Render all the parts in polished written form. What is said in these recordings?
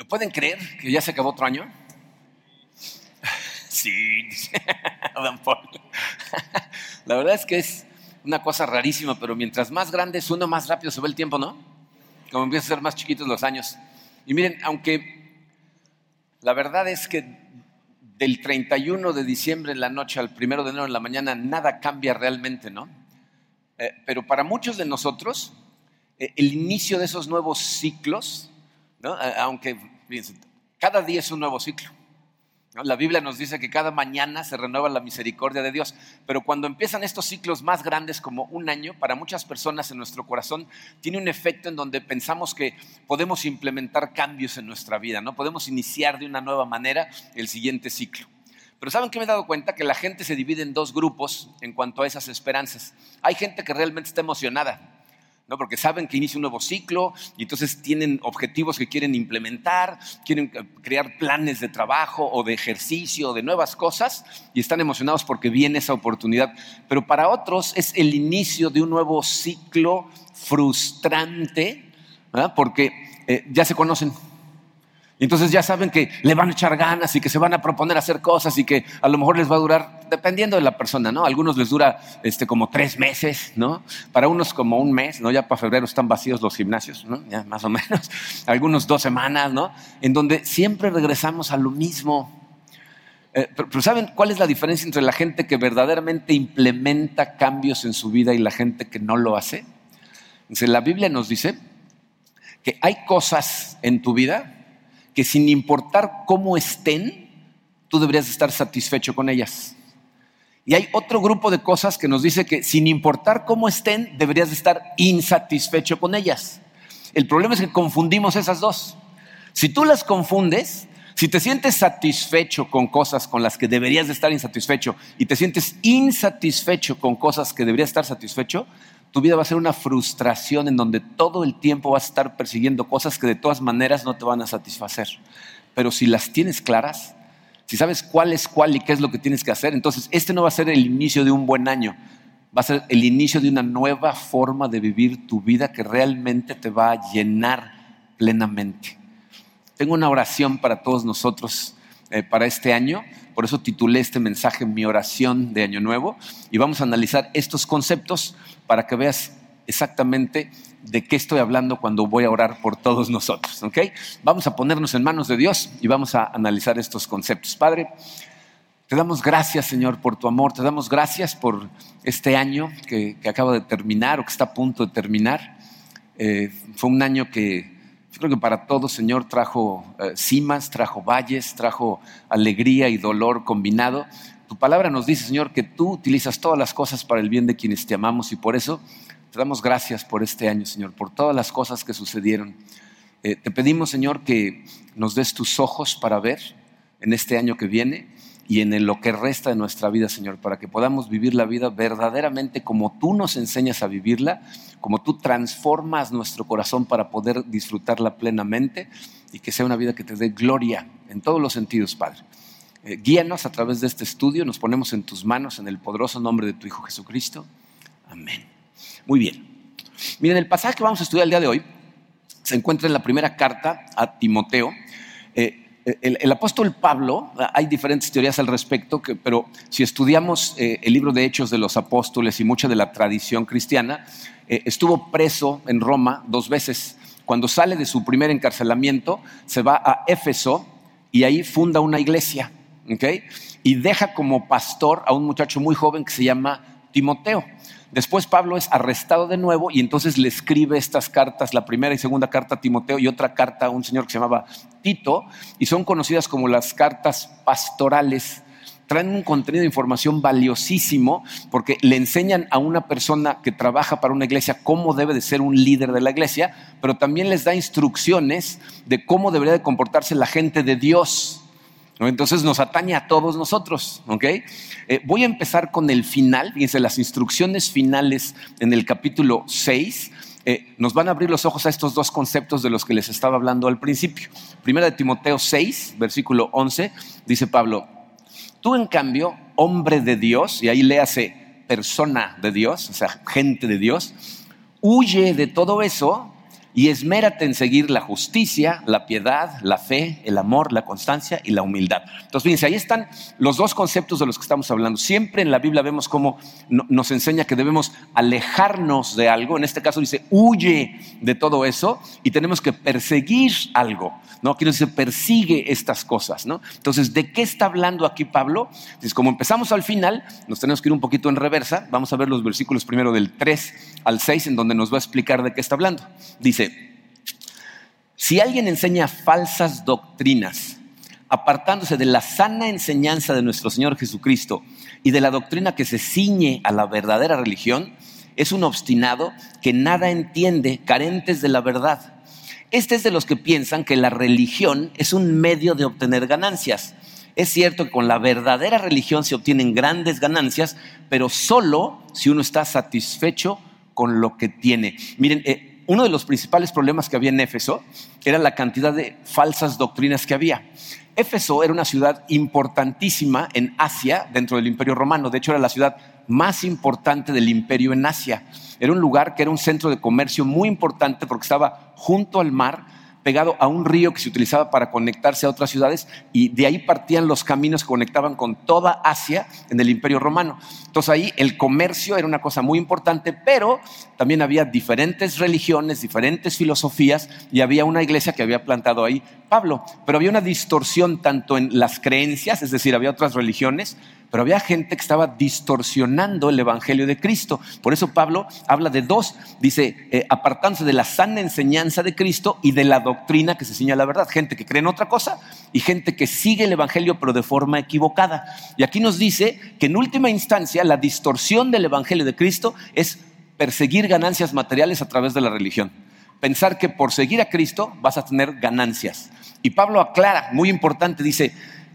¿Pueden creer que ya se acabó otro año? Sí, dice Dan Paul. La verdad es que es una cosa rarísima, pero mientras más grande es uno, más rápido se va el tiempo, ¿no? Como empiezan a ser más chiquitos los años. Y miren, aunque la verdad es que del 31 de diciembre en la noche al 1 de enero en la mañana nada cambia realmente, ¿no? Pero para muchos de nosotros, el inicio de esos nuevos ciclos, ¿no? Aunque, fíjense, cada día es un nuevo ciclo, ¿no? La Biblia nos dice que cada mañana se renueva la misericordia de Dios, pero cuando empiezan estos ciclos más grandes como un año, para muchas personas en nuestro corazón tiene un efecto en donde pensamos que podemos implementar cambios en nuestra vida, ¿no? Podemos iniciar de una nueva manera el siguiente ciclo. Pero ¿saben qué me he dado cuenta? Que la gente se divide en dos grupos en cuanto a esas esperanzas. Hay gente que realmente está emocionada, ¿no? Porque saben que inicia un nuevo ciclo y entonces tienen objetivos que quieren implementar, quieren crear planes de trabajo o de ejercicio o de nuevas cosas y están emocionados porque viene esa oportunidad. Pero para otros es el inicio de un nuevo ciclo frustrante, ¿verdad? Porque ya se conocen. Y entonces ya saben que le van a echar ganas y que se van a proponer hacer cosas y que a lo mejor les va a durar, dependiendo de la persona, ¿no? A algunos les dura como 3 meses, ¿no? Para unos como un mes, ¿no? Ya para febrero están vacíos los gimnasios, ¿no? Ya más o menos. Algunos 2 semanas, ¿no? En donde siempre regresamos a lo mismo. Pero ¿saben cuál es la diferencia entre la gente que verdaderamente implementa cambios en su vida y la gente que no lo hace? Entonces, la Biblia nos dice que hay cosas en tu vida que sin importar cómo estén, tú deberías estar satisfecho con ellas. Y hay otro grupo de cosas que nos dice que sin importar cómo estén, deberías estar insatisfecho con ellas. El problema es que confundimos esas dos. Si tú las confundes, si te sientes satisfecho con cosas con las que deberías de estar insatisfecho y te sientes insatisfecho con cosas que deberías estar satisfecho, tu vida va a ser una frustración en donde todo el tiempo vas a estar persiguiendo cosas que de todas maneras no te van a satisfacer. Pero si las tienes claras, si sabes cuál es cuál y qué es lo que tienes que hacer, entonces este no va a ser el inicio de un buen año, va a ser el inicio de una nueva forma de vivir tu vida que realmente te va a llenar plenamente. Tengo una oración para todos nosotros para este año. Por eso titulé este mensaje Mi oración de Año Nuevo y vamos a analizar estos conceptos para que veas exactamente de qué estoy hablando cuando voy a orar por todos nosotros, ¿ok? Vamos a ponernos en manos de Dios y vamos a analizar estos conceptos. Padre, te damos gracias, Señor, por tu amor. Te damos gracias por este año que acaba de terminar o que está a punto de terminar. Fue un año que yo creo que para todos, Señor, trajo cimas, trajo valles, trajo alegría y dolor combinado. Tu palabra nos dice, Señor, que tú utilizas todas las cosas para el bien de quienes te amamos y por eso te damos gracias por este año, Señor, por todas las cosas que sucedieron. Te pedimos, Señor, que nos des tus ojos para ver en este año que viene y en lo que resta de nuestra vida, Señor, para que podamos vivir la vida verdaderamente como tú nos enseñas a vivirla, como tú transformas nuestro corazón para poder disfrutarla plenamente y que sea una vida que te dé gloria en todos los sentidos, Padre. Guíanos a través de este estudio, nos ponemos en tus manos en el poderoso nombre de tu Hijo Jesucristo. Amén. Muy bien. Miren, el pasaje que vamos a estudiar el día de hoy se encuentra en la primera carta a Timoteo. El apóstol Pablo, hay diferentes teorías al respecto, pero si estudiamos el libro de Hechos de los Apóstoles y mucha de la tradición cristiana, estuvo preso en Roma 2 veces. Cuando sale de su primer encarcelamiento, se va a Éfeso y ahí funda una iglesia, ¿okay? Y deja como pastor a un muchacho muy joven que se llama Timoteo. Después Pablo es arrestado de nuevo y entonces le escribe estas cartas, la primera y segunda carta a Timoteo y otra carta a un señor que se llamaba Tito, y son conocidas como las cartas pastorales. Traen un contenido de información valiosísimo porque le enseñan a una persona que trabaja para una iglesia cómo debe de ser un líder de la iglesia, pero también les da instrucciones de cómo debería de comportarse la gente de Dios. Entonces nos atañe a todos nosotros, ¿ok? Voy a empezar con el final. Fíjense, las instrucciones finales en el capítulo 6 nos van a abrir los ojos a estos dos conceptos de los que les estaba hablando al principio. Primera de Timoteo 6, versículo 11, dice Pablo: tú en cambio, hombre de Dios, y ahí léase persona de Dios, o sea, gente de Dios, huye de todo eso y esmérate en seguir la justicia, la piedad, la fe, el amor, la constancia y la humildad. Entonces, fíjense, ahí están los dos conceptos de los que estamos hablando. Siempre en la Biblia vemos cómo nos enseña que debemos alejarnos de algo. En este caso dice, huye de todo eso y tenemos que perseguir algo, ¿no? Aquí nos dice, persigue estas cosas, ¿no? Entonces, ¿de qué está hablando aquí Pablo? Entonces, como empezamos al final, nos tenemos que ir un poquito en reversa. Vamos a ver los versículos primero del 3 al 6, en donde nos va a explicar de qué está hablando. Dice, si alguien enseña falsas doctrinas, apartándose de la sana enseñanza de nuestro Señor Jesucristo y de la doctrina que se ciñe a la verdadera religión, es un obstinado que nada entiende, carentes de la verdad. Este es de los que piensan que la religión es un medio de obtener ganancias. Es cierto que con la verdadera religión se obtienen grandes ganancias, pero solo si uno está satisfecho con lo que tiene. Miren, uno de los principales problemas que había en Éfeso era la cantidad de falsas doctrinas que había. Éfeso era una ciudad importantísima en Asia, dentro del Imperio Romano. De hecho, era la ciudad más importante del imperio en Asia. Era un lugar que era un centro de comercio muy importante porque estaba junto al mar, pegado a un río que se utilizaba para conectarse a otras ciudades, y de ahí partían los caminos que conectaban con toda Asia en el Imperio Romano. Entonces ahí el comercio era una cosa muy importante, pero también había diferentes religiones, diferentes filosofías, y había una iglesia que había plantado ahí Pablo. Pero había una distorsión tanto en las creencias, es decir, había otras religiones, pero había gente que estaba distorsionando el evangelio de Cristo. Por eso Pablo habla de dos, dice, apartándose de la sana enseñanza de Cristo y de la doctrina que se ciña a la verdad. Gente que cree en otra cosa y gente que sigue el evangelio pero de forma equivocada. Y aquí nos dice que en última instancia la distorsión del evangelio de Cristo es perseguir ganancias materiales a través de la religión. Pensar que por seguir a Cristo vas a tener ganancias. Y Pablo aclara, muy importante, dice,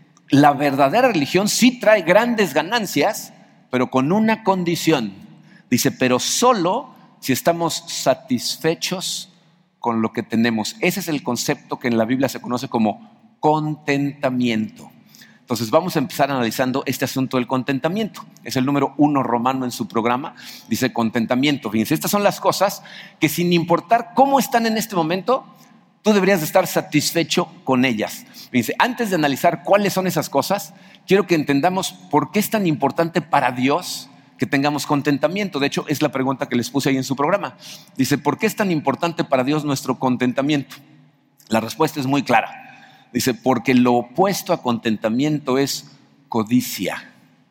la verdadera religión sí trae grandes ganancias, pero con una condición. Dice, pero solo si estamos satisfechos con lo que tenemos. Ese es el concepto que en la Biblia se conoce como contentamiento. Entonces vamos a empezar analizando este asunto del contentamiento. Es el número 1 romano en su programa. Dice contentamiento. Fíjense, estas son las cosas que sin importar cómo están en este momento, tú deberías de estar satisfecho con ellas. Fíjense, antes de analizar cuáles son esas cosas, quiero que entendamos por qué es tan importante para Dios que tengamos contentamiento. De hecho, es la pregunta que les puse ahí en su programa. Dice, ¿por qué es tan importante para Dios nuestro contentamiento? La respuesta es muy clara. Dice, porque lo opuesto a contentamiento es codicia.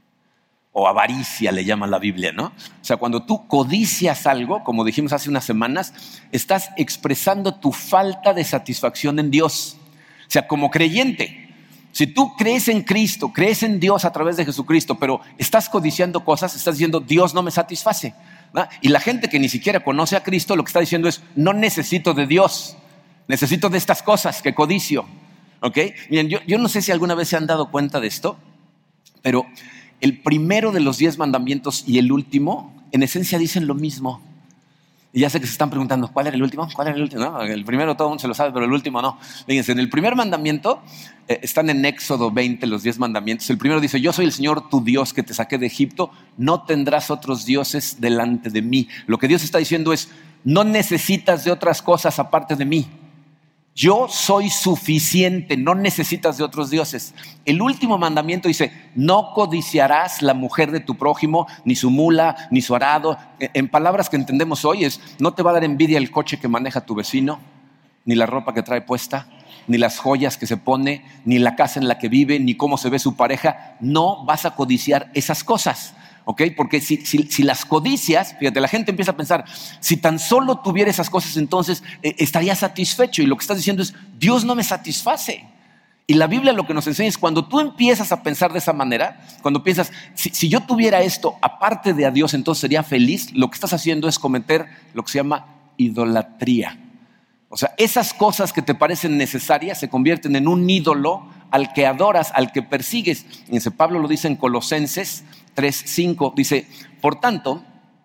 O avaricia le llama la Biblia, ¿no? O sea, cuando tú codicias algo, como dijimos hace unas semanas, estás expresando tu falta de satisfacción en Dios. O sea, como creyente, si tú crees en Cristo, crees en Dios a través de Jesucristo, pero estás codiciando cosas, estás diciendo, Dios no me satisface, ¿no? Y la gente que ni siquiera conoce a Cristo, lo que está diciendo es, no necesito de Dios, necesito de estas cosas que codicio, ¿ok? Miren, yo no sé si alguna vez se han dado cuenta de esto, pero el primero de los 10 mandamientos y el último, en esencia dicen lo mismo. Y ya sé que se están preguntando, ¿cuál era el último? ¿Cuál era el último? No, el primero todo el mundo se lo sabe, pero el último no. Fíjense, en el primer mandamiento, están en Éxodo 20 los 10 mandamientos. El primero dice, yo soy el Señor tu Dios que te saqué de Egipto, no tendrás otros dioses delante de mí. Lo que Dios está diciendo es, no necesitas de otras cosas aparte de mí. Yo soy suficiente, no necesitas de otros dioses. El último mandamiento dice, no codiciarás la mujer de tu prójimo, ni su mula, ni su arado. En palabras que entendemos hoy es, no te va a dar envidia el coche que maneja tu vecino, ni la ropa que trae puesta, ni las joyas que se pone, ni la casa en la que vive, ni cómo se ve su pareja. No vas a codiciar esas cosas. ¿Okay? Porque si las codicias, fíjate, la gente empieza a pensar, si tan solo tuviera esas cosas, entonces estaría satisfecho. Y lo que estás diciendo es, Dios no me satisface. Y la Biblia lo que nos enseña es, cuando tú empiezas a pensar de esa manera, cuando piensas, si yo tuviera esto aparte de a Dios, entonces sería feliz, lo que estás haciendo es cometer lo que se llama idolatría. O sea, esas cosas que te parecen necesarias se convierten en un ídolo al que adoras, al que persigues. Y Pablo lo dice en Colosenses 3:5, dice, por tanto,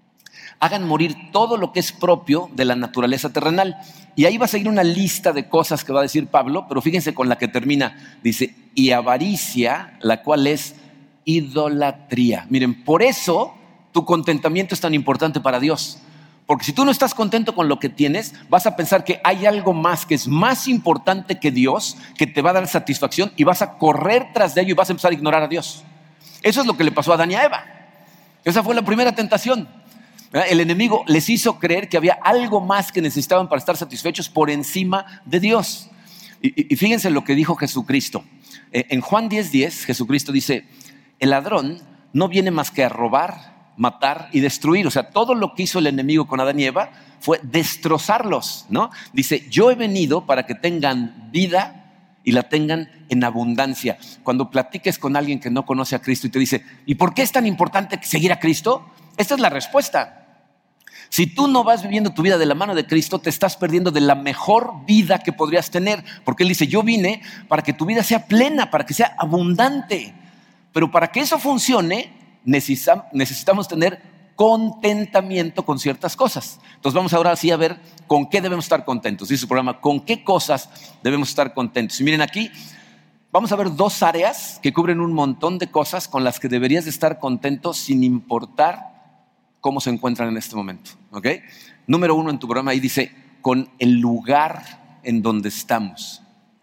hagan morir todo lo que es propio de la naturaleza terrenal. Y ahí va a seguir una lista de cosas que va a decir Pablo, pero fíjense con la que termina. Dice, y avaricia, la cual es idolatría. Miren, por eso tu contentamiento es tan importante para Dios. Porque si tú no estás contento con lo que tienes, vas a pensar que hay algo más que es más importante que Dios, que te va a dar satisfacción y vas a correr tras de ello y vas a empezar a ignorar a Dios. Eso es lo que le pasó a Adán y a Eva. Esa fue la primera tentación. El enemigo les hizo creer que había algo más que necesitaban para estar satisfechos por encima de Dios. Y fíjense lo que dijo Jesucristo. En Juan 10:10, Jesucristo dice: el ladrón no viene más que a robar, matar y destruir. O sea, todo lo que hizo el enemigo con Adán y Eva fue destrozarlos, ¿no? Dice: yo he venido para que tengan vida y la tengan en abundancia. Cuando platiques con alguien que no conoce a Cristo y te dice: ¿y por qué es tan importante seguir a Cristo? Esta es la respuesta. Si tú no vas viviendo tu vida de la mano de Cristo, te estás perdiendo de la mejor vida que podrías tener. Porque Él dice: yo vine para que tu vida sea plena, para que sea abundante. Pero para que eso funcione, necesitamos tener contentamiento con ciertas cosas. Entonces vamos ahora sí a ver con qué debemos estar contentos. Dice su programa: ¿con qué cosas debemos estar contentos? Y miren, aquí vamos a ver dos áreas que cubren un montón de cosas con las que deberías de estar contento sin importar cómo se encuentran en este momento, ¿ok? Número 1 en tu programa ahí dice: con el lugar en donde estamos.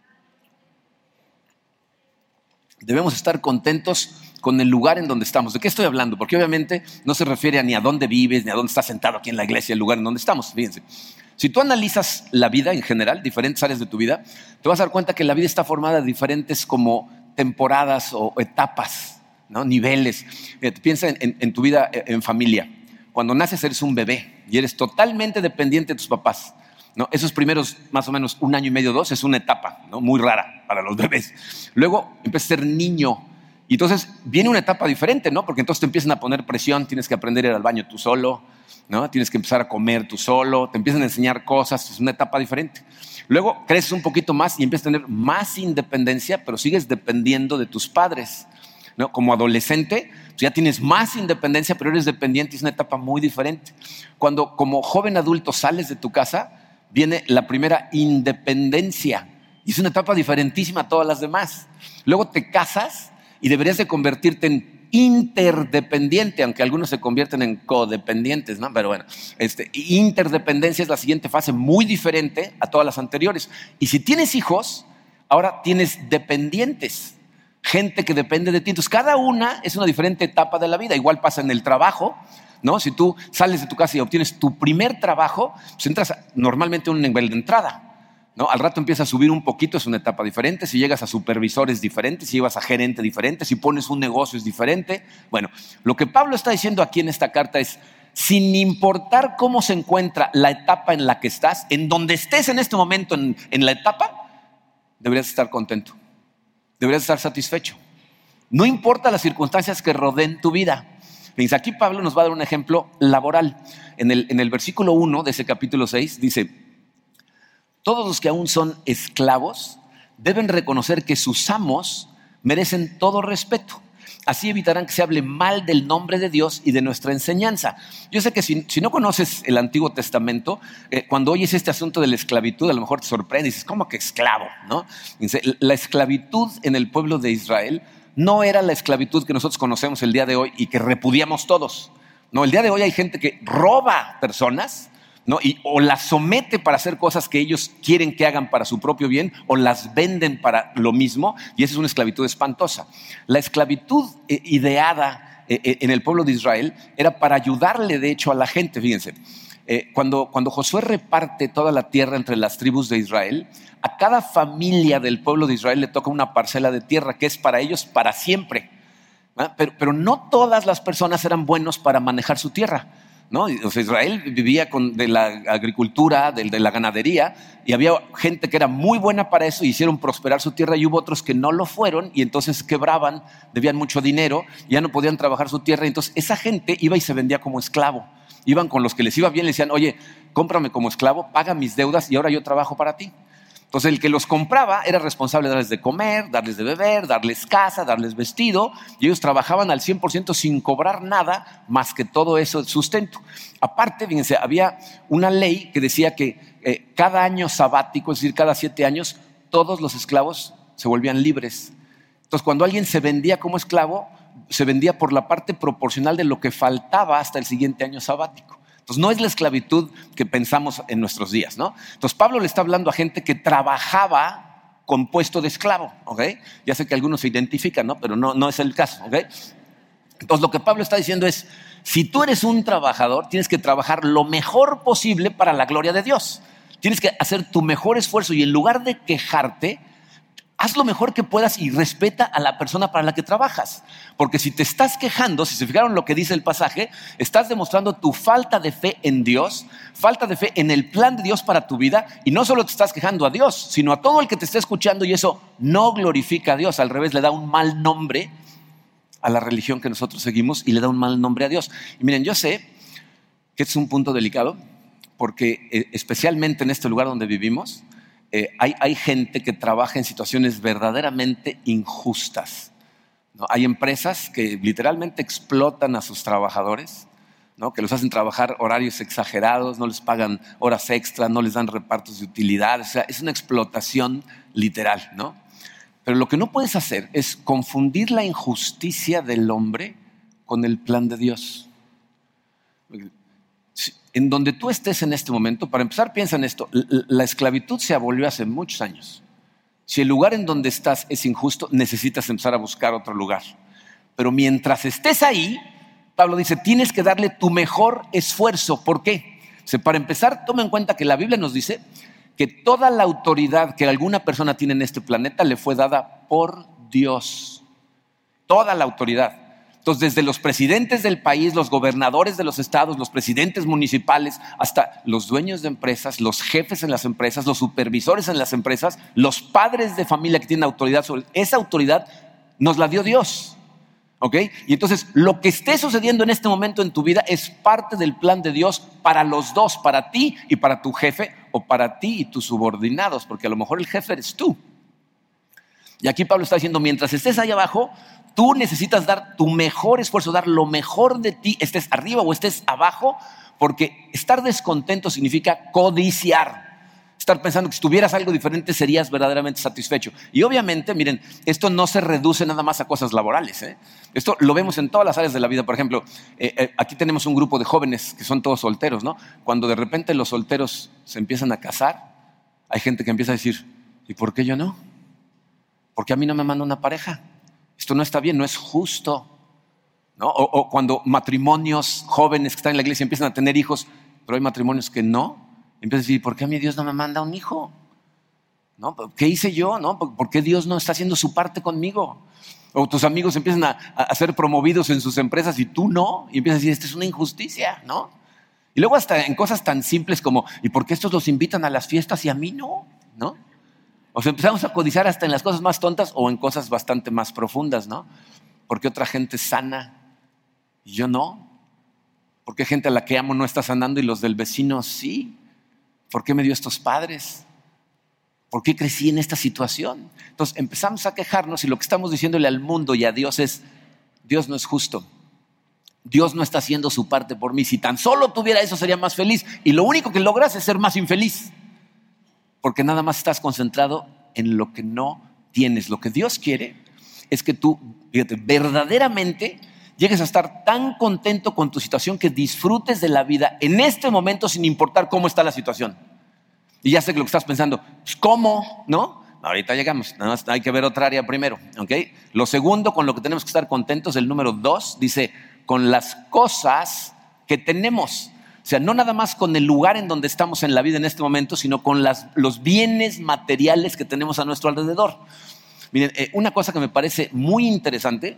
Debemos estar contentos con el lugar en donde estamos. ¿De qué estoy hablando? Porque obviamente no se refiere a ni a dónde vives, ni a dónde estás sentado aquí en la iglesia, el lugar en donde estamos. Fíjense, si tú analizas la vida en general, diferentes áreas de tu vida, te vas a dar cuenta que la vida está formada de diferentes como temporadas o etapas, ¿no? Niveles. Piensa en tu vida en familia. Cuando naces eres un bebé y eres totalmente dependiente de tus papás, ¿no? Esos primeros más o menos 1 año y medio, 2, es una etapa, ¿no? Muy rara para los bebés. Luego empiezas a ser niño y entonces viene una etapa diferente, ¿no? Porque entonces te empiezan a poner presión, tienes que aprender a ir al baño tú solo, ¿no? Tienes que empezar a comer tú solo, te empiezan a enseñar cosas, es una etapa diferente. Luego creces un poquito más y empiezas a tener más independencia, pero sigues dependiendo de tus padres, ¿no? Como adolescente ya tienes más independencia, pero eres dependiente y es una etapa muy diferente. Cuando como joven adulto sales de tu casa, viene la primera independencia y es una etapa diferentísima a todas las demás. Luego te casas y deberías de convertirte en interdependiente, aunque algunos se convierten en codependientes, ¿no? Pero bueno, interdependencia es la siguiente fase, muy diferente a todas las anteriores. Y si tienes hijos, ahora tienes dependientes, gente que depende de ti. Entonces cada una es una diferente etapa de la vida. Igual pasa en el trabajo, ¿no? Si tú sales de tu casa y obtienes tu primer trabajo, pues entras normalmente a un nivel de entrada, ¿no? Al rato empiezas a subir un poquito, es una etapa diferente. Si llegas a supervisor es diferente, si llegas a gerente diferente, si pones un negocio es diferente. Bueno, lo que Pablo está diciendo aquí en esta carta es: sin importar cómo se encuentra la etapa en la que estás, en donde estés en este momento en la etapa, deberías estar contento. Deberías estar satisfecho. No importa las circunstancias que rodeen tu vida. Fíjense, aquí Pablo nos va a dar un ejemplo laboral. En el versículo 1 de ese capítulo 6 dice: todos los que aún son esclavos deben reconocer que sus amos merecen todo respeto. Así evitarán que se hable mal del nombre de Dios y de nuestra enseñanza. Yo sé que si no conoces el Antiguo Testamento, cuando oyes este asunto de la esclavitud, a lo mejor te sorprende y dices: ¿cómo que esclavo? ¿No? La esclavitud en el pueblo de Israel no era la esclavitud que nosotros conocemos el día de hoy y que repudiamos todos. No, el día de hoy hay gente que roba personas, ¿no? O las somete para hacer cosas que ellos quieren que hagan para su propio bien, o las venden para lo mismo, y esa es una esclavitud espantosa. La esclavitud ideada en el pueblo de Israel era para ayudarle de hecho a la gente. Fíjense, cuando Josué reparte toda la tierra entre las tribus de Israel, a cada familia del pueblo de Israel le toca una parcela de tierra que es para ellos para siempre, ¿no? Pero no todas las personas eran buenos para manejar su tierra, ¿no? O sea, Israel vivía de la agricultura, de la ganadería, y había gente que era muy buena para eso y hicieron prosperar su tierra, y hubo otros que no lo fueron y entonces quebraban, debían mucho dinero, ya no podían trabajar su tierra, y entonces esa gente iba y se vendía como esclavo. Iban con los que les iba bien, le decían: oye, cómprame como esclavo, paga mis deudas y ahora yo trabajo para ti. Entonces el que los compraba era responsable de darles de comer, darles de beber, darles casa, darles vestido, y ellos trabajaban al 100% sin cobrar nada más que todo eso de sustento. Aparte, fíjense, había una ley que decía que cada año sabático, es decir, cada 7 años, todos los esclavos se volvían libres. Entonces cuando alguien se vendía como esclavo, se vendía por la parte proporcional de lo que faltaba hasta el siguiente año sabático. Entonces no es la esclavitud que pensamos en nuestros días, ¿no? Entonces Pablo le está hablando a gente que trabajaba con puesto de esclavo, ¿ok? Ya sé que algunos se identifican, ¿no? Pero no es el caso, ¿ok? Entonces lo que Pablo está diciendo es, si tú eres un trabajador, tienes que trabajar lo mejor posible para la gloria de Dios. Tienes que hacer tu mejor esfuerzo y en lugar de quejarte, haz lo mejor que puedas y respeta a la persona para la que trabajas. Porque si te estás quejando, si se fijaron lo que dice el pasaje, estás demostrando tu falta de fe en Dios, falta de fe en el plan de Dios para tu vida, y no solo te estás quejando a Dios, sino a todo el que te esté escuchando, y eso no glorifica a Dios, al revés, le da un mal nombre a la religión que nosotros seguimos y le da un mal nombre a Dios. Y miren, yo sé que es un punto delicado, porque especialmente en este lugar donde vivimos, hay gente que trabaja en situaciones verdaderamente injustas, ¿no? Hay empresas que literalmente explotan a sus trabajadores, ¿no? Que los hacen trabajar horarios exagerados, no les pagan horas extras, no les dan repartos de utilidades. O sea, es una explotación literal, ¿no? Pero lo que no puedes hacer es confundir la injusticia del hombre con el plan de Dios. En donde tú estés en este momento, para empezar, piensa en esto: la esclavitud se abolió hace muchos años. Si el lugar en donde estás es injusto, necesitas empezar a buscar otro lugar. Pero mientras estés ahí, Pablo dice, tienes que darle tu mejor esfuerzo. ¿Por qué? Para empezar, toma en cuenta que la Biblia nos dice que toda la autoridad que alguna persona tiene en este planeta le fue dada por Dios. Toda la autoridad. Entonces, desde los presidentes del país, los gobernadores de los estados, los presidentes municipales, hasta los dueños de empresas, los jefes en las empresas, los supervisores en las empresas, los padres de familia que tienen autoridad sobre esa autoridad, nos la dio Dios. ¿Ok? Y entonces, lo que esté sucediendo en este momento en tu vida es parte del plan de Dios para los dos, para ti y para tu jefe, o para ti y tus subordinados, porque a lo mejor el jefe eres tú. Y aquí Pablo está diciendo, mientras estés ahí abajo, tú necesitas dar tu mejor esfuerzo, dar lo mejor de ti, estés arriba o estés abajo, porque estar descontento significa codiciar. Estar pensando que si tuvieras algo diferente serías verdaderamente satisfecho. Y obviamente, miren, esto no se reduce nada más a cosas laborales, ¿eh? Esto lo vemos en todas las áreas de la vida. Por ejemplo, aquí tenemos un grupo de jóvenes que son todos solteros, ¿no? Cuando de repente los solteros se empiezan a casar, hay gente que empieza a decir, ¿y por qué yo no? ¿Por qué a mí no me manda una pareja? Esto no está bien, no es justo, ¿no? O cuando matrimonios jóvenes que están en la iglesia empiezan a tener hijos, pero hay matrimonios que no, empiezan a decir, ¿por qué a mí Dios no me manda un hijo? ¿No? ¿Qué hice yo? ¿No? ¿Por qué Dios no está haciendo su parte conmigo? O tus amigos empiezan a ser promovidos en sus empresas y tú no, y empiezas a decir, esta es una injusticia, ¿no? Y luego hasta en cosas tan simples como, ¿y por qué estos los invitan a las fiestas y a mí no? ¿No? O sea, empezamos a codiciar hasta en las cosas más tontas o en cosas bastante más profundas, ¿no? ¿Por qué otra gente sana y yo no? ¿Por qué gente a la que amo no está sanando y los del vecino sí? ¿Por qué me dio estos padres? ¿Por qué crecí en esta situación? Entonces empezamos a quejarnos y lo que estamos diciéndole al mundo y a Dios es, Dios no es justo. Dios no está haciendo su parte por mí. Si tan solo tuviera eso sería más feliz. Y lo único que logras es ser más infeliz. Porque nada más estás concentrado en lo que no tienes. Lo que Dios quiere es que tú, fíjate, verdaderamente llegues a estar tan contento con tu situación que disfrutes de la vida en este momento sin importar cómo está la situación. Y ya sé que lo que estás pensando, pues ¿cómo? ¿No? Ahorita llegamos, nada más hay que ver otra área primero, ¿ok? Lo segundo con lo que tenemos que estar contentos, el número 2, dice, con las cosas que tenemos. O sea, no nada más con el lugar en donde estamos en la vida en este momento, sino con los bienes materiales que tenemos a nuestro alrededor. Miren, una cosa que me parece muy interesante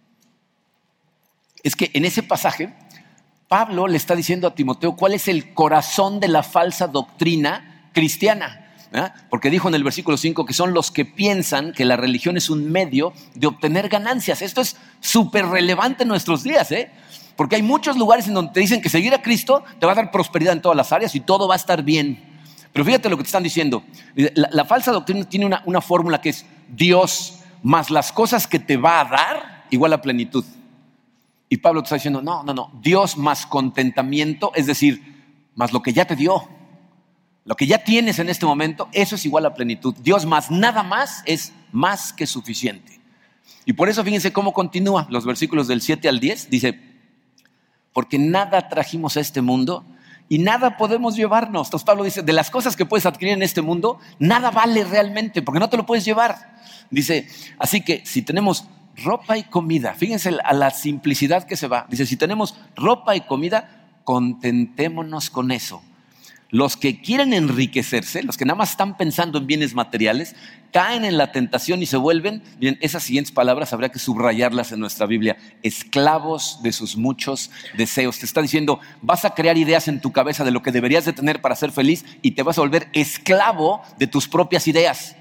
es que en ese pasaje Pablo le está diciendo a Timoteo cuál es el corazón de la falsa doctrina cristiana, ¿eh? Porque dijo en el versículo 5 que son los que piensan que la religión es un medio de obtener ganancias. Esto es súper relevante en nuestros días, ¿eh? Porque hay muchos lugares en donde te dicen que seguir a Cristo te va a dar prosperidad en todas las áreas y todo va a estar bien. Pero fíjate lo que te están diciendo. La falsa doctrina tiene una fórmula que es Dios más las cosas que te va a dar igual a plenitud. Y Pablo te está diciendo, no. Dios más contentamiento, es decir, más lo que ya te dio. Lo que ya tienes en este momento, eso es igual a plenitud. Dios más nada más es más que suficiente. Y por eso fíjense cómo continúa los versículos del 7 al 10. Dice, porque nada trajimos a este mundo, y nada podemos llevarnos. Entonces Pablo dice, de las cosas que puedes adquirir en este mundo, nada vale realmente, porque no te lo puedes llevar. Dice, así que si tenemos ropa y comida, fíjense a la simplicidad que se va. Dice, si tenemos ropa y comida, contentémonos con eso. Los que quieren enriquecerse, los que nada más están pensando en bienes materiales, caen en la tentación y se vuelven, miren, esas siguientes palabras habría que subrayarlas en nuestra Biblia, esclavos de sus muchos deseos. Te está diciendo, vas a crear ideas en tu cabeza de lo que deberías de tener para ser feliz y te vas a volver esclavo de tus propias ideas.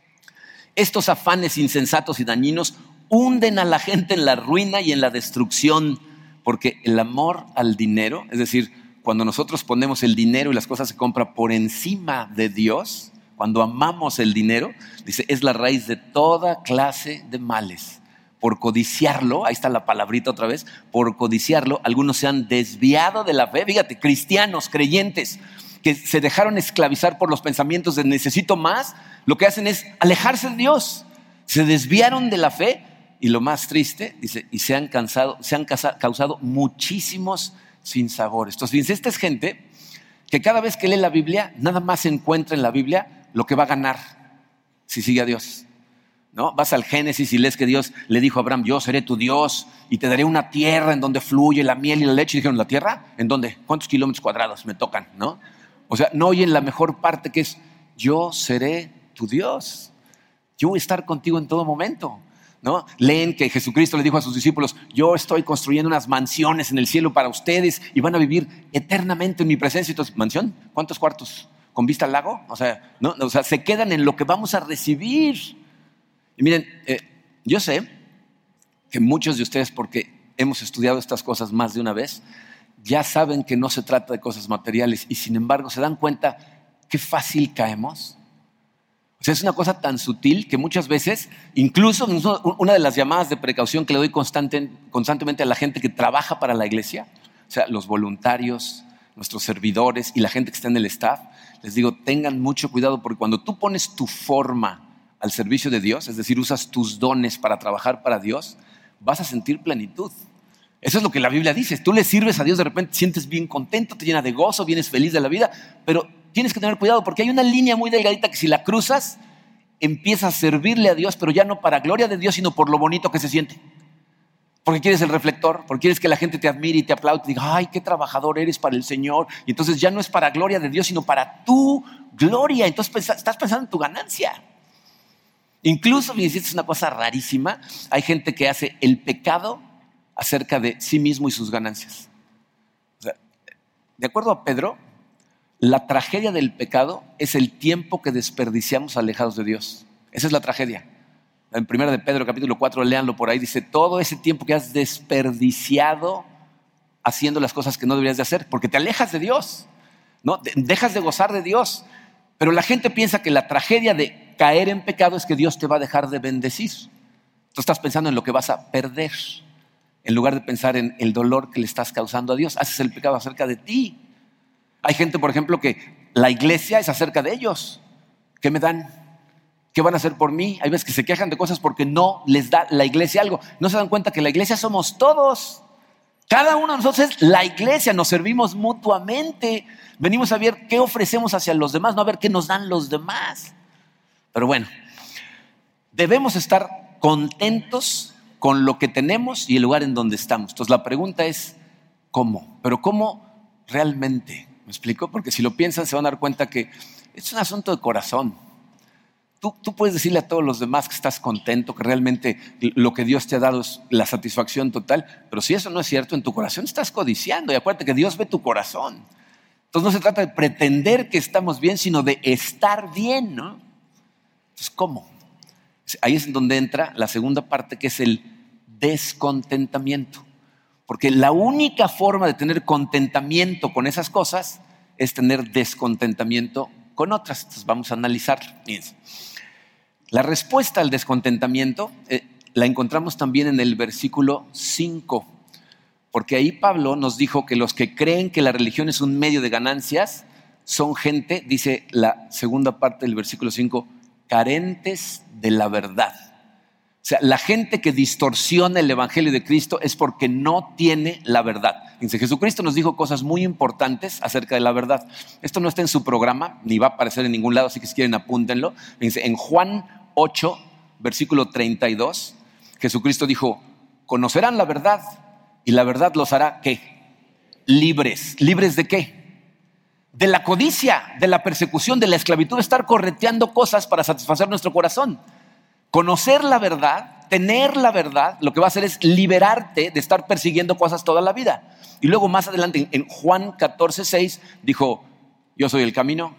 Estos afanes insensatos y dañinos hunden a la gente en la ruina y en la destrucción, porque el amor al dinero, es decir, cuando nosotros ponemos el dinero y las cosas se compran por encima de Dios, cuando amamos el dinero, dice, es la raíz de toda clase de males. Por codiciarlo, ahí está la palabrita otra vez, por codiciarlo, algunos se han desviado de la fe. Fíjate, cristianos, creyentes, que se dejaron esclavizar por los pensamientos de necesito más, lo que hacen es alejarse de Dios. Se desviaron de la fe y lo más triste, dice, y se han causado muchísimos sinsabores. Entonces, fíjense, esta es gente que cada vez que lee la Biblia, nada más encuentra en la Biblia lo que va a ganar si sigue a Dios, ¿no? Vas al Génesis y lees que Dios le dijo a Abraham, yo seré tu Dios y te daré una tierra en donde fluye la miel y la leche. Y dijeron, ¿la tierra? ¿En dónde? ¿Cuántos kilómetros cuadrados me tocan? ¿No? O sea, no oyen la mejor parte que es, yo seré tu Dios. Yo voy a estar contigo en todo momento, ¿no? Leen que Jesucristo le dijo a sus discípulos, yo estoy construyendo unas mansiones en el cielo para ustedes y van a vivir eternamente en mi presencia. Entonces, ¿mansión? ¿Cuántos cuartos? ¿Con vista al lago? O sea, ¿no? O sea, se quedan en lo que vamos a recibir. Y miren, yo sé que muchos de ustedes, porque hemos estudiado estas cosas más de una vez, ya saben que no se trata de cosas materiales y sin embargo se dan cuenta qué fácil caemos. O sea, es una cosa tan sutil que muchas veces, incluso una de las llamadas de precaución que le doy constantemente a la gente que trabaja para la iglesia, o sea, los voluntarios, nuestros servidores y la gente que está en el staff, les digo, tengan mucho cuidado porque cuando tú pones tu forma al servicio de Dios, es decir, usas tus dones para trabajar para Dios, vas a sentir plenitud. Eso es lo que la Biblia dice. Tú le sirves a Dios, de repente te sientes bien contento, te llena de gozo, vienes feliz de la vida, pero tienes que tener cuidado porque hay una línea muy delgadita que si la cruzas, empiezas a servirle a Dios, pero ya no para gloria de Dios, sino por lo bonito que se siente. Porque quieres el reflector, porque quieres que la gente te admire y te aplaude y diga, ay, qué trabajador eres para el Señor. Y entonces ya no es para gloria de Dios, sino para tu gloria. Entonces estás pensando en tu ganancia. Incluso, me dijiste, es una cosa rarísima, hay gente que hace el pecado acerca de sí mismo y sus ganancias. O sea, de acuerdo a Pedro, la tragedia del pecado es el tiempo que desperdiciamos alejados de Dios. Esa es la tragedia. En 1 de Pedro capítulo 4, léanlo por ahí, dice, todo ese tiempo que has desperdiciado haciendo las cosas que no deberías de hacer, porque te alejas de Dios, ¿no? Dejas de gozar de Dios. Pero la gente piensa que la tragedia de caer en pecado es que Dios te va a dejar de bendecir. Tú estás pensando en lo que vas a perder, en lugar de pensar en el dolor que le estás causando a Dios. Haces el pecado acerca de ti. Hay gente, por ejemplo, que la iglesia es acerca de ellos. ¿Qué me dan? ¿Qué van a hacer por mí? Hay veces que se quejan de cosas porque no les da la iglesia algo. No se dan cuenta que la iglesia somos todos. Cada uno de nosotros es la iglesia, nos servimos mutuamente. Venimos a ver qué ofrecemos hacia los demás, no a ver qué nos dan los demás. Pero bueno, debemos estar contentos con lo que tenemos y el lugar en donde estamos. Entonces la pregunta es, ¿cómo? Pero ¿cómo realmente? ¿Me explico? Porque si lo piensan se van a dar cuenta que es un asunto de corazón. Tú puedes decirle a todos los demás que estás contento, que realmente lo que Dios te ha dado es la satisfacción total, pero si eso no es cierto, en tu corazón estás codiciando y acuérdate que Dios ve tu corazón. Entonces no se trata de pretender que estamos bien, sino de estar bien, ¿no? Entonces, ¿cómo? Ahí es donde entra la segunda parte, que es el descontentamiento. Porque la única forma de tener contentamiento con esas cosas es tener descontentamiento con otras. Entonces vamos a analizarlo. Fíjense. La respuesta al descontentamiento la encontramos también en el versículo 5, porque ahí Pablo nos dijo que los que creen que la religión es un medio de ganancias son gente, dice la segunda parte del versículo 5, carentes de la verdad. O sea, la gente que distorsiona el evangelio de Cristo es porque no tiene la verdad. Dice, Jesucristo nos dijo cosas muy importantes acerca de la verdad. Esto no está en su programa, ni va a aparecer en ningún lado, así que si quieren apúntenlo. Dice, en Juan 8, versículo 32, Jesucristo dijo, conocerán la verdad y la verdad los hará, ¿qué? Libres. ¿Libres de qué? De la codicia, de la persecución, de la esclavitud, de estar correteando cosas para satisfacer nuestro corazón. Conocer la verdad, tener la verdad, lo que va a hacer es liberarte de estar persiguiendo cosas toda la vida. Y luego más adelante en Juan 14:6 dijo, yo soy el camino,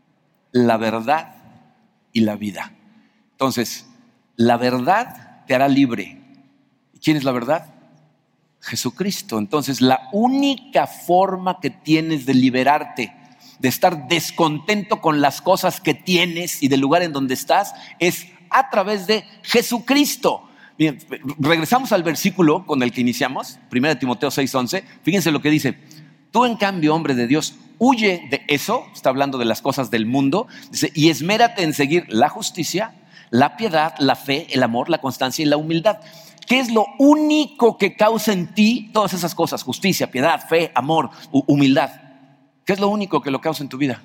la verdad y la vida. Entonces, la verdad te hará libre. ¿Quién es la verdad? Jesucristo. Entonces, la única forma que tienes de liberarte, de estar descontento con las cosas que tienes y del lugar en donde estás, es a través de Jesucristo. Bien, regresamos al versículo con el que iniciamos, 1 Timoteo 6:11. Fíjense lo que dice. Tú, en cambio, hombre de Dios, huye de eso, está hablando de las cosas del mundo, dice, y esmérate en seguir la justicia, la piedad, la fe, el amor, la constancia y la humildad. ¿Qué es lo único que causa en ti todas esas cosas? Justicia, piedad, fe, amor, humildad. ¿Qué es lo único que lo causa en tu vida?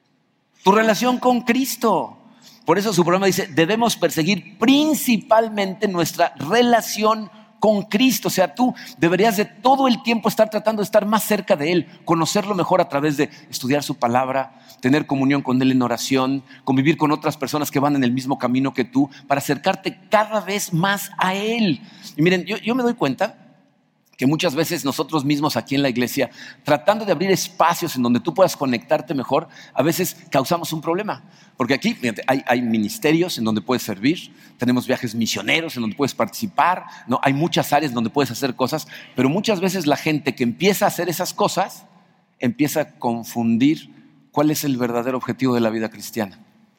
Tu relación con Cristo. Por eso su programa dice, debemos perseguir principalmente nuestra relación con Cristo. O sea, tú deberías de todo el tiempo estar tratando de estar más cerca de Él, conocerlo mejor a través de estudiar su palabra, tener comunión con Él en oración, convivir con otras personas que van en el mismo camino que tú, para acercarte cada vez más a Él. Y miren, yo me doy cuenta que muchas veces nosotros mismos aquí en la iglesia, tratando de abrir espacios en donde tú puedas conectarte mejor, a veces causamos un problema. Porque aquí fíjate, hay ministerios en donde puedes servir, tenemos viajes misioneros en donde puedes participar, ¿no? Hay muchas áreas donde puedes hacer cosas, pero muchas veces la gente que empieza a hacer esas cosas empieza a confundir cuál es el verdadero objetivo de la vida cristiana.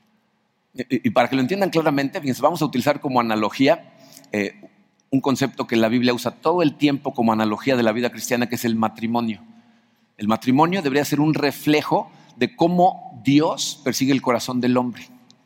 Y para que lo entiendan claramente, fíjense, vamos a utilizar como analogía un concepto que la Biblia usa todo el tiempo como analogía de la vida cristiana, que es el matrimonio. El matrimonio debería ser un reflejo de cómo Dios persigue el corazón del hombre.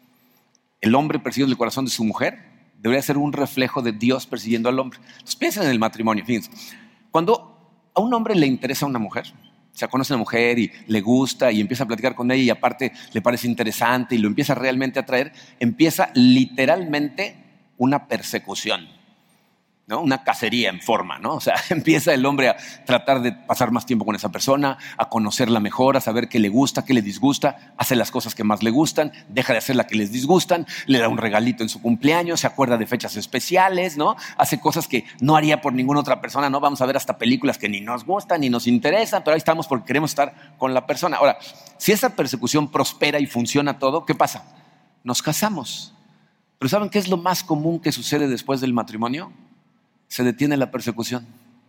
El hombre persiguiendo el corazón de su mujer debería ser un reflejo de Dios persiguiendo al hombre. Entonces piensen en el matrimonio. Fíjense, cuando a un hombre le interesa una mujer, o sea, conoce a una mujer y le gusta y empieza a platicar con ella y aparte le parece interesante y lo empieza realmente a atraer, empieza literalmente una persecución, ¿no? Una cacería en forma, ¿no? O sea, empieza el hombre a tratar de pasar más tiempo con esa persona, a conocerla mejor, a saber qué le gusta, qué le disgusta, hace las cosas que más le gustan, deja de hacer las que les disgustan, le da un regalito en su cumpleaños, se acuerda de fechas especiales, ¿no? Hace cosas que no haría por ninguna otra persona, ¿no? Vamos a ver hasta películas que ni nos gustan ni nos interesan, pero ahí estamos porque queremos estar con la persona. Ahora, si esa persecución prospera y funciona todo, ¿qué pasa? Nos casamos. Pero ¿saben qué es lo más común que sucede después del matrimonio? Se detiene la persecución.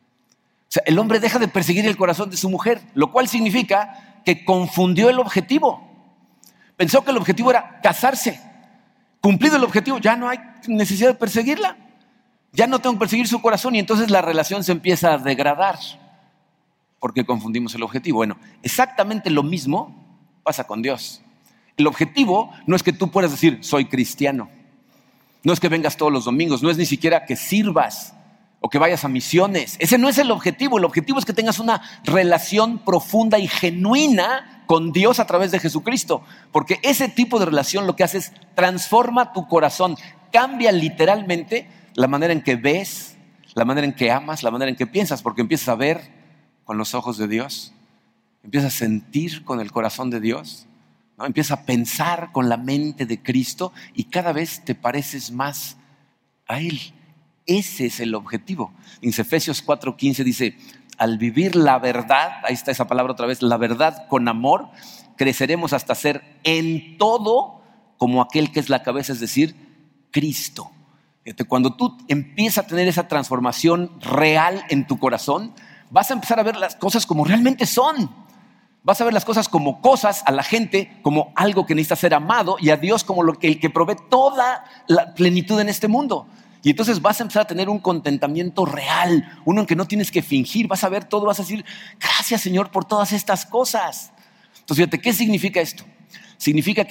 O sea, el hombre deja de perseguir el corazón de su mujer, lo cual significa que confundió el objetivo. Pensó que el objetivo era casarse. Cumplido el objetivo, ya no hay necesidad de perseguirla. Ya no tengo que perseguir su corazón y entonces la relación se empieza a degradar porque confundimos el objetivo. Bueno, exactamente lo mismo pasa con Dios. El objetivo no es que tú puedas decir, soy cristiano. No es que vengas todos los domingos, no es ni siquiera que sirvas o que vayas a misiones. Ese no es el objetivo. El objetivo es que tengas una relación profunda y genuina con Dios a través de Jesucristo. Porque ese tipo de relación lo que hace es transforma tu corazón. Cambia literalmente la manera en que ves, la manera en que amas, la manera en que piensas. Porque empiezas a ver con los ojos de Dios. Empiezas a sentir con el corazón de Dios, ¿no? Empiezas a pensar con la mente de Cristo y cada vez te pareces más a Él. Ese es el objetivo. En Efesios 4:15 dice, al vivir la verdad, ahí está esa palabra otra vez, la verdad con amor, creceremos hasta ser en todo como aquel que es la cabeza, es decir, Cristo. Cuando tú empiezas a tener esa transformación real en tu corazón, vas a empezar a ver las cosas como realmente son. Vas a ver las cosas como cosas, a la gente como algo que necesita ser amado y a Dios como el que provee toda la plenitud en este mundo. Y entonces vas a empezar a tener un contentamiento real, uno en que no tienes que fingir, vas a ver todo, vas a decir, gracias Señor por todas estas cosas. Entonces fíjate, ¿qué significa esto? Significa que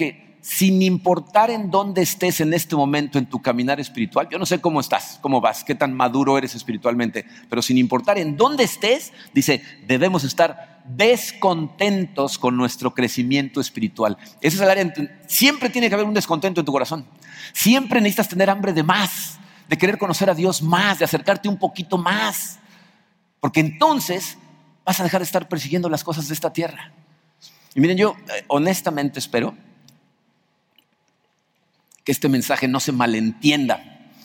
sin importar en dónde estés en este momento en tu caminar espiritual, yo no sé cómo estás, cómo vas, qué tan maduro eres espiritualmente, pero sin importar en dónde estés, dice, debemos estar descontentos con nuestro crecimiento espiritual. Ese es el área, siempre tiene que haber un descontento en tu corazón. Siempre necesitas tener hambre de más, de querer conocer a Dios más, de acercarte un poquito más, porque entonces vas a dejar de estar persiguiendo las cosas de esta tierra. Y miren, yo honestamente espero que este mensaje no se malentienda,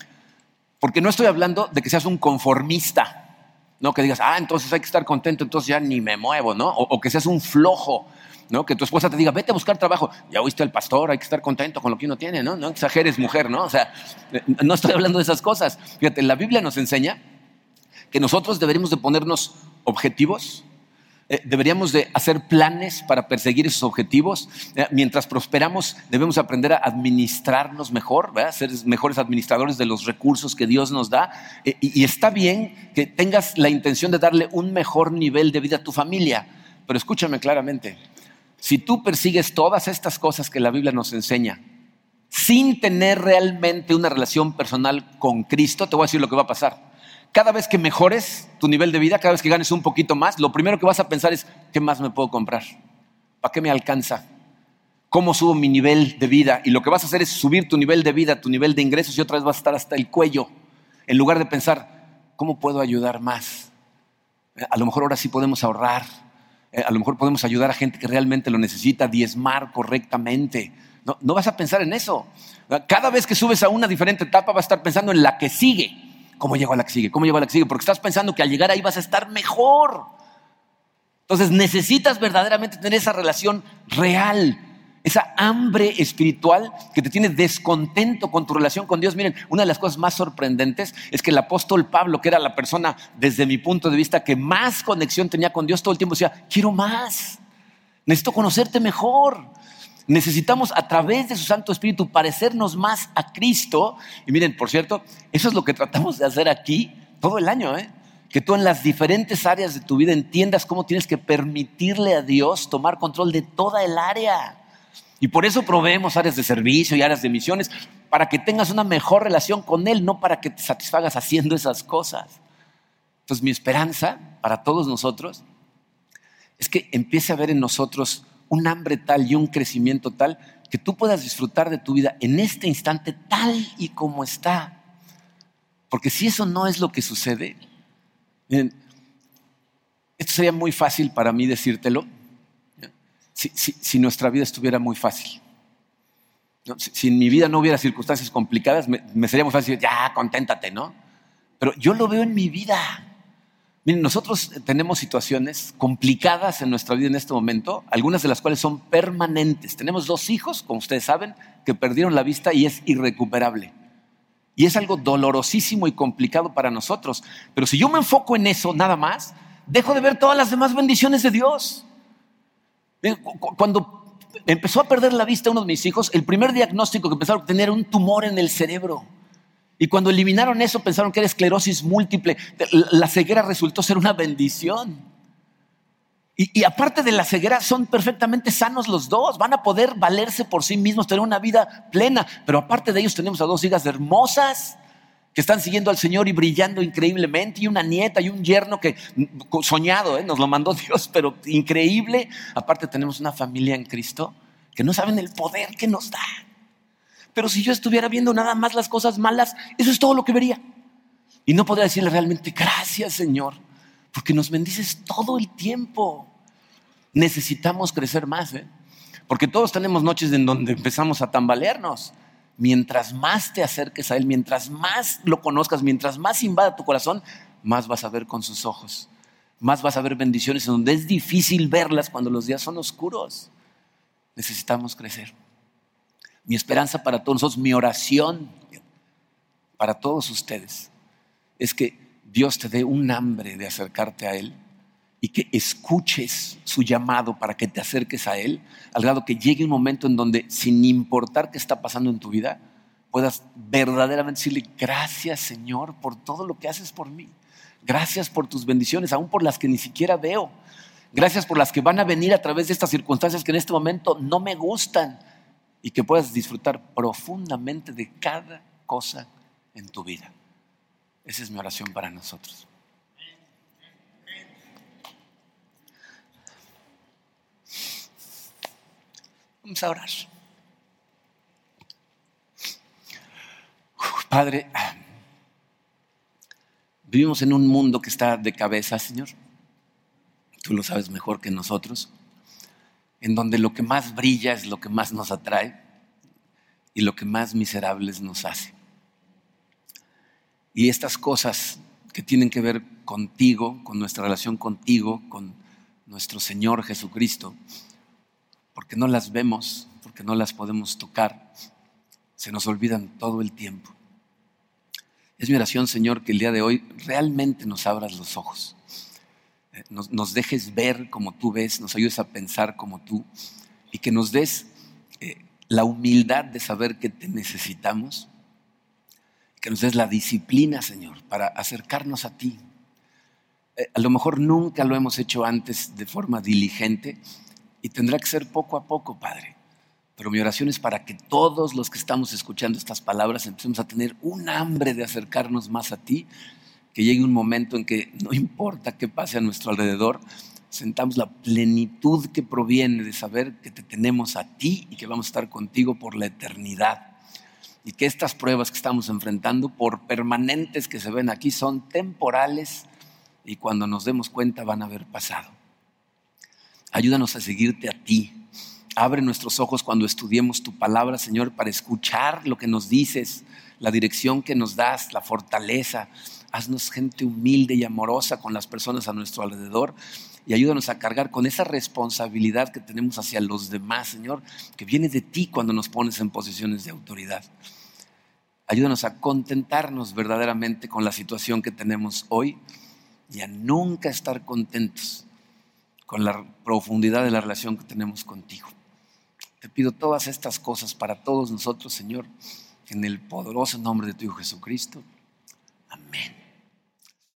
porque no estoy hablando de que seas un conformista, no que digas, entonces hay que estar contento, entonces ya ni me muevo, ¿no? O que seas un flojo, ¿no? Que tu esposa te diga, vete a buscar trabajo, ya oíste al pastor, hay que estar contento con lo que uno tiene, ¿no? No exageres, mujer, ¿no? O sea, no estoy hablando de esas cosas. Fíjate, la Biblia nos enseña que nosotros deberíamos de ponernos objetivos, deberíamos de hacer planes para perseguir esos objetivos. Mientras prosperamos debemos aprender a administrarnos mejor, ¿verdad? Ser mejores administradores de los recursos que Dios nos da, y está bien que tengas la intención de darle un mejor nivel de vida a tu familia, pero escúchame claramente, si tú persigues todas estas cosas que la Biblia nos enseña sin tener realmente una relación personal con Cristo, te voy a decir lo que va a pasar. Cada vez que mejores tu nivel de vida, cada vez que ganes un poquito más, lo primero que vas a pensar es, ¿qué más me puedo comprar? ¿Para qué me alcanza? ¿Cómo subo mi nivel de vida? Y lo que vas a hacer es subir tu nivel de vida, tu nivel de ingresos, y otra vez vas a estar hasta el cuello, en lugar de pensar, ¿cómo puedo ayudar más? A lo mejor ahora sí podemos ahorrar, a lo mejor podemos ayudar a gente que realmente lo necesita, diezmar correctamente. No vas a pensar en eso. Cada vez que subes a una diferente etapa vas a estar pensando en la que sigue. ¿Cómo llego a la que sigue? ¿Cómo llego a la que sigue? Porque estás pensando que al llegar ahí vas a estar mejor. Entonces necesitas verdaderamente tener esa relación real, esa hambre espiritual que te tiene descontento con tu relación con Dios. Miren, una de las cosas más sorprendentes es que el apóstol Pablo, que era la persona desde mi punto de vista que más conexión tenía con Dios, todo el tiempo decía, quiero más, necesito conocerte mejor. Necesitamos a través de su Santo Espíritu parecernos más a Cristo. Y miren, por cierto, eso es lo que tratamos de hacer aquí todo el año, que tú en las diferentes áreas de tu vida entiendas cómo tienes que permitirle a Dios tomar control de toda el área. Y por eso proveemos áreas de servicio y áreas de misiones, para que tengas una mejor relación con Él, no para que te satisfagas haciendo esas cosas. Entonces mi esperanza para todos nosotros es que empiece a haber en nosotros un hambre tal y un crecimiento tal que tú puedas disfrutar de tu vida en este instante tal y como está. Porque si eso no es lo que sucede, miren, esto sería muy fácil para mí decírtelo si nuestra vida estuviera muy fácil. ¿No? Si en mi vida no hubiera circunstancias complicadas, me sería muy fácil decir, ya, conténtate, ¿no? Pero yo lo veo en mi vida. Miren, nosotros tenemos situaciones complicadas en nuestra vida en este momento, algunas de las cuales son permanentes. Tenemos 2 hijos, como ustedes saben, que perdieron la vista y es irrecuperable. Y es algo dolorosísimo y complicado para nosotros. Pero si yo me enfoco en eso nada más, dejo de ver todas las demás bendiciones de Dios. Cuando empezó a perder la vista uno de mis hijos, el primer diagnóstico que pensaron tener era un tumor en el cerebro. Y cuando eliminaron eso, pensaron que era esclerosis múltiple. La ceguera resultó ser una bendición. Y aparte de la ceguera, son perfectamente sanos los 2. Van a poder valerse por sí mismos, tener una vida plena. Pero aparte de ellos, tenemos a 2 hijas hermosas que están siguiendo al Señor y brillando increíblemente. Y una nieta y un yerno que, soñado, nos lo mandó Dios, pero increíble. Aparte tenemos una familia en Cristo que no saben el poder que nos da. Pero si yo estuviera viendo nada más las cosas malas, eso es todo lo que vería. Y no podría decirle realmente, gracias Señor, porque nos bendices todo el tiempo. Necesitamos crecer más, porque todos tenemos noches en donde empezamos a tambalearnos. Mientras más te acerques a Él, mientras más lo conozcas, mientras más invada tu corazón, más vas a ver con sus ojos. Más vas a ver bendiciones en donde es difícil verlas cuando los días son oscuros. Necesitamos crecer. Mi esperanza para todos nosotros, mi oración para todos ustedes es que Dios te dé un hambre de acercarte a Él y que escuches su llamado para que te acerques a Él, al grado que llegue un momento en donde, sin importar qué está pasando en tu vida, puedas verdaderamente decirle, gracias Señor por todo lo que haces por mí. Gracias por tus bendiciones, aún por las que ni siquiera veo. Gracias por las que van a venir a través de estas circunstancias que en este momento no me gustan. y que puedas disfrutar profundamente de cada cosa en tu vida. Esa es mi oración para nosotros. Vamos a orar. Padre, vivimos en un mundo que está de cabeza, Señor. Tú lo sabes mejor que nosotros. En donde lo que más brilla es lo que más nos atrae y lo que más miserables nos hace. Y estas cosas que tienen que ver contigo, con nuestra relación contigo, con nuestro Señor Jesucristo, porque no las vemos, porque no las podemos tocar, se nos olvidan todo el tiempo. Es mi oración, Señor, que el día de hoy realmente nos abras los ojos. Nos dejes ver como tú ves, nos ayudes a pensar como tú y que nos des la humildad de saber que te necesitamos, que nos des la disciplina, Señor, para acercarnos a ti. A lo mejor nunca lo hemos hecho antes de forma diligente y tendrá que ser poco a poco, Padre. Pero mi oración es para que todos los que estamos escuchando estas palabras empecemos a tener un hambre de acercarnos más a ti, que llegue un momento en que no importa qué pase a nuestro alrededor, sentamos la plenitud que proviene de saber que te tenemos a ti y que vamos a estar contigo por la eternidad. Y que estas pruebas que estamos enfrentando, por permanentes que se ven aquí, son temporales y cuando nos demos cuenta van a haber pasado. Ayúdanos a seguirte a ti. Abre nuestros ojos cuando estudiemos tu palabra, Señor, para escuchar lo que nos dices, la dirección que nos das, la fortaleza. Haznos gente humilde y amorosa con las personas a nuestro alrededor y ayúdanos a cargar con esa responsabilidad que tenemos hacia los demás, Señor, que viene de ti cuando nos pones en posiciones de autoridad. Ayúdanos a contentarnos verdaderamente con la situación que tenemos hoy y a nunca estar contentos con la profundidad de la relación que tenemos contigo. Te pido todas estas cosas para todos nosotros, Señor, en el poderoso nombre de tu Hijo Jesucristo.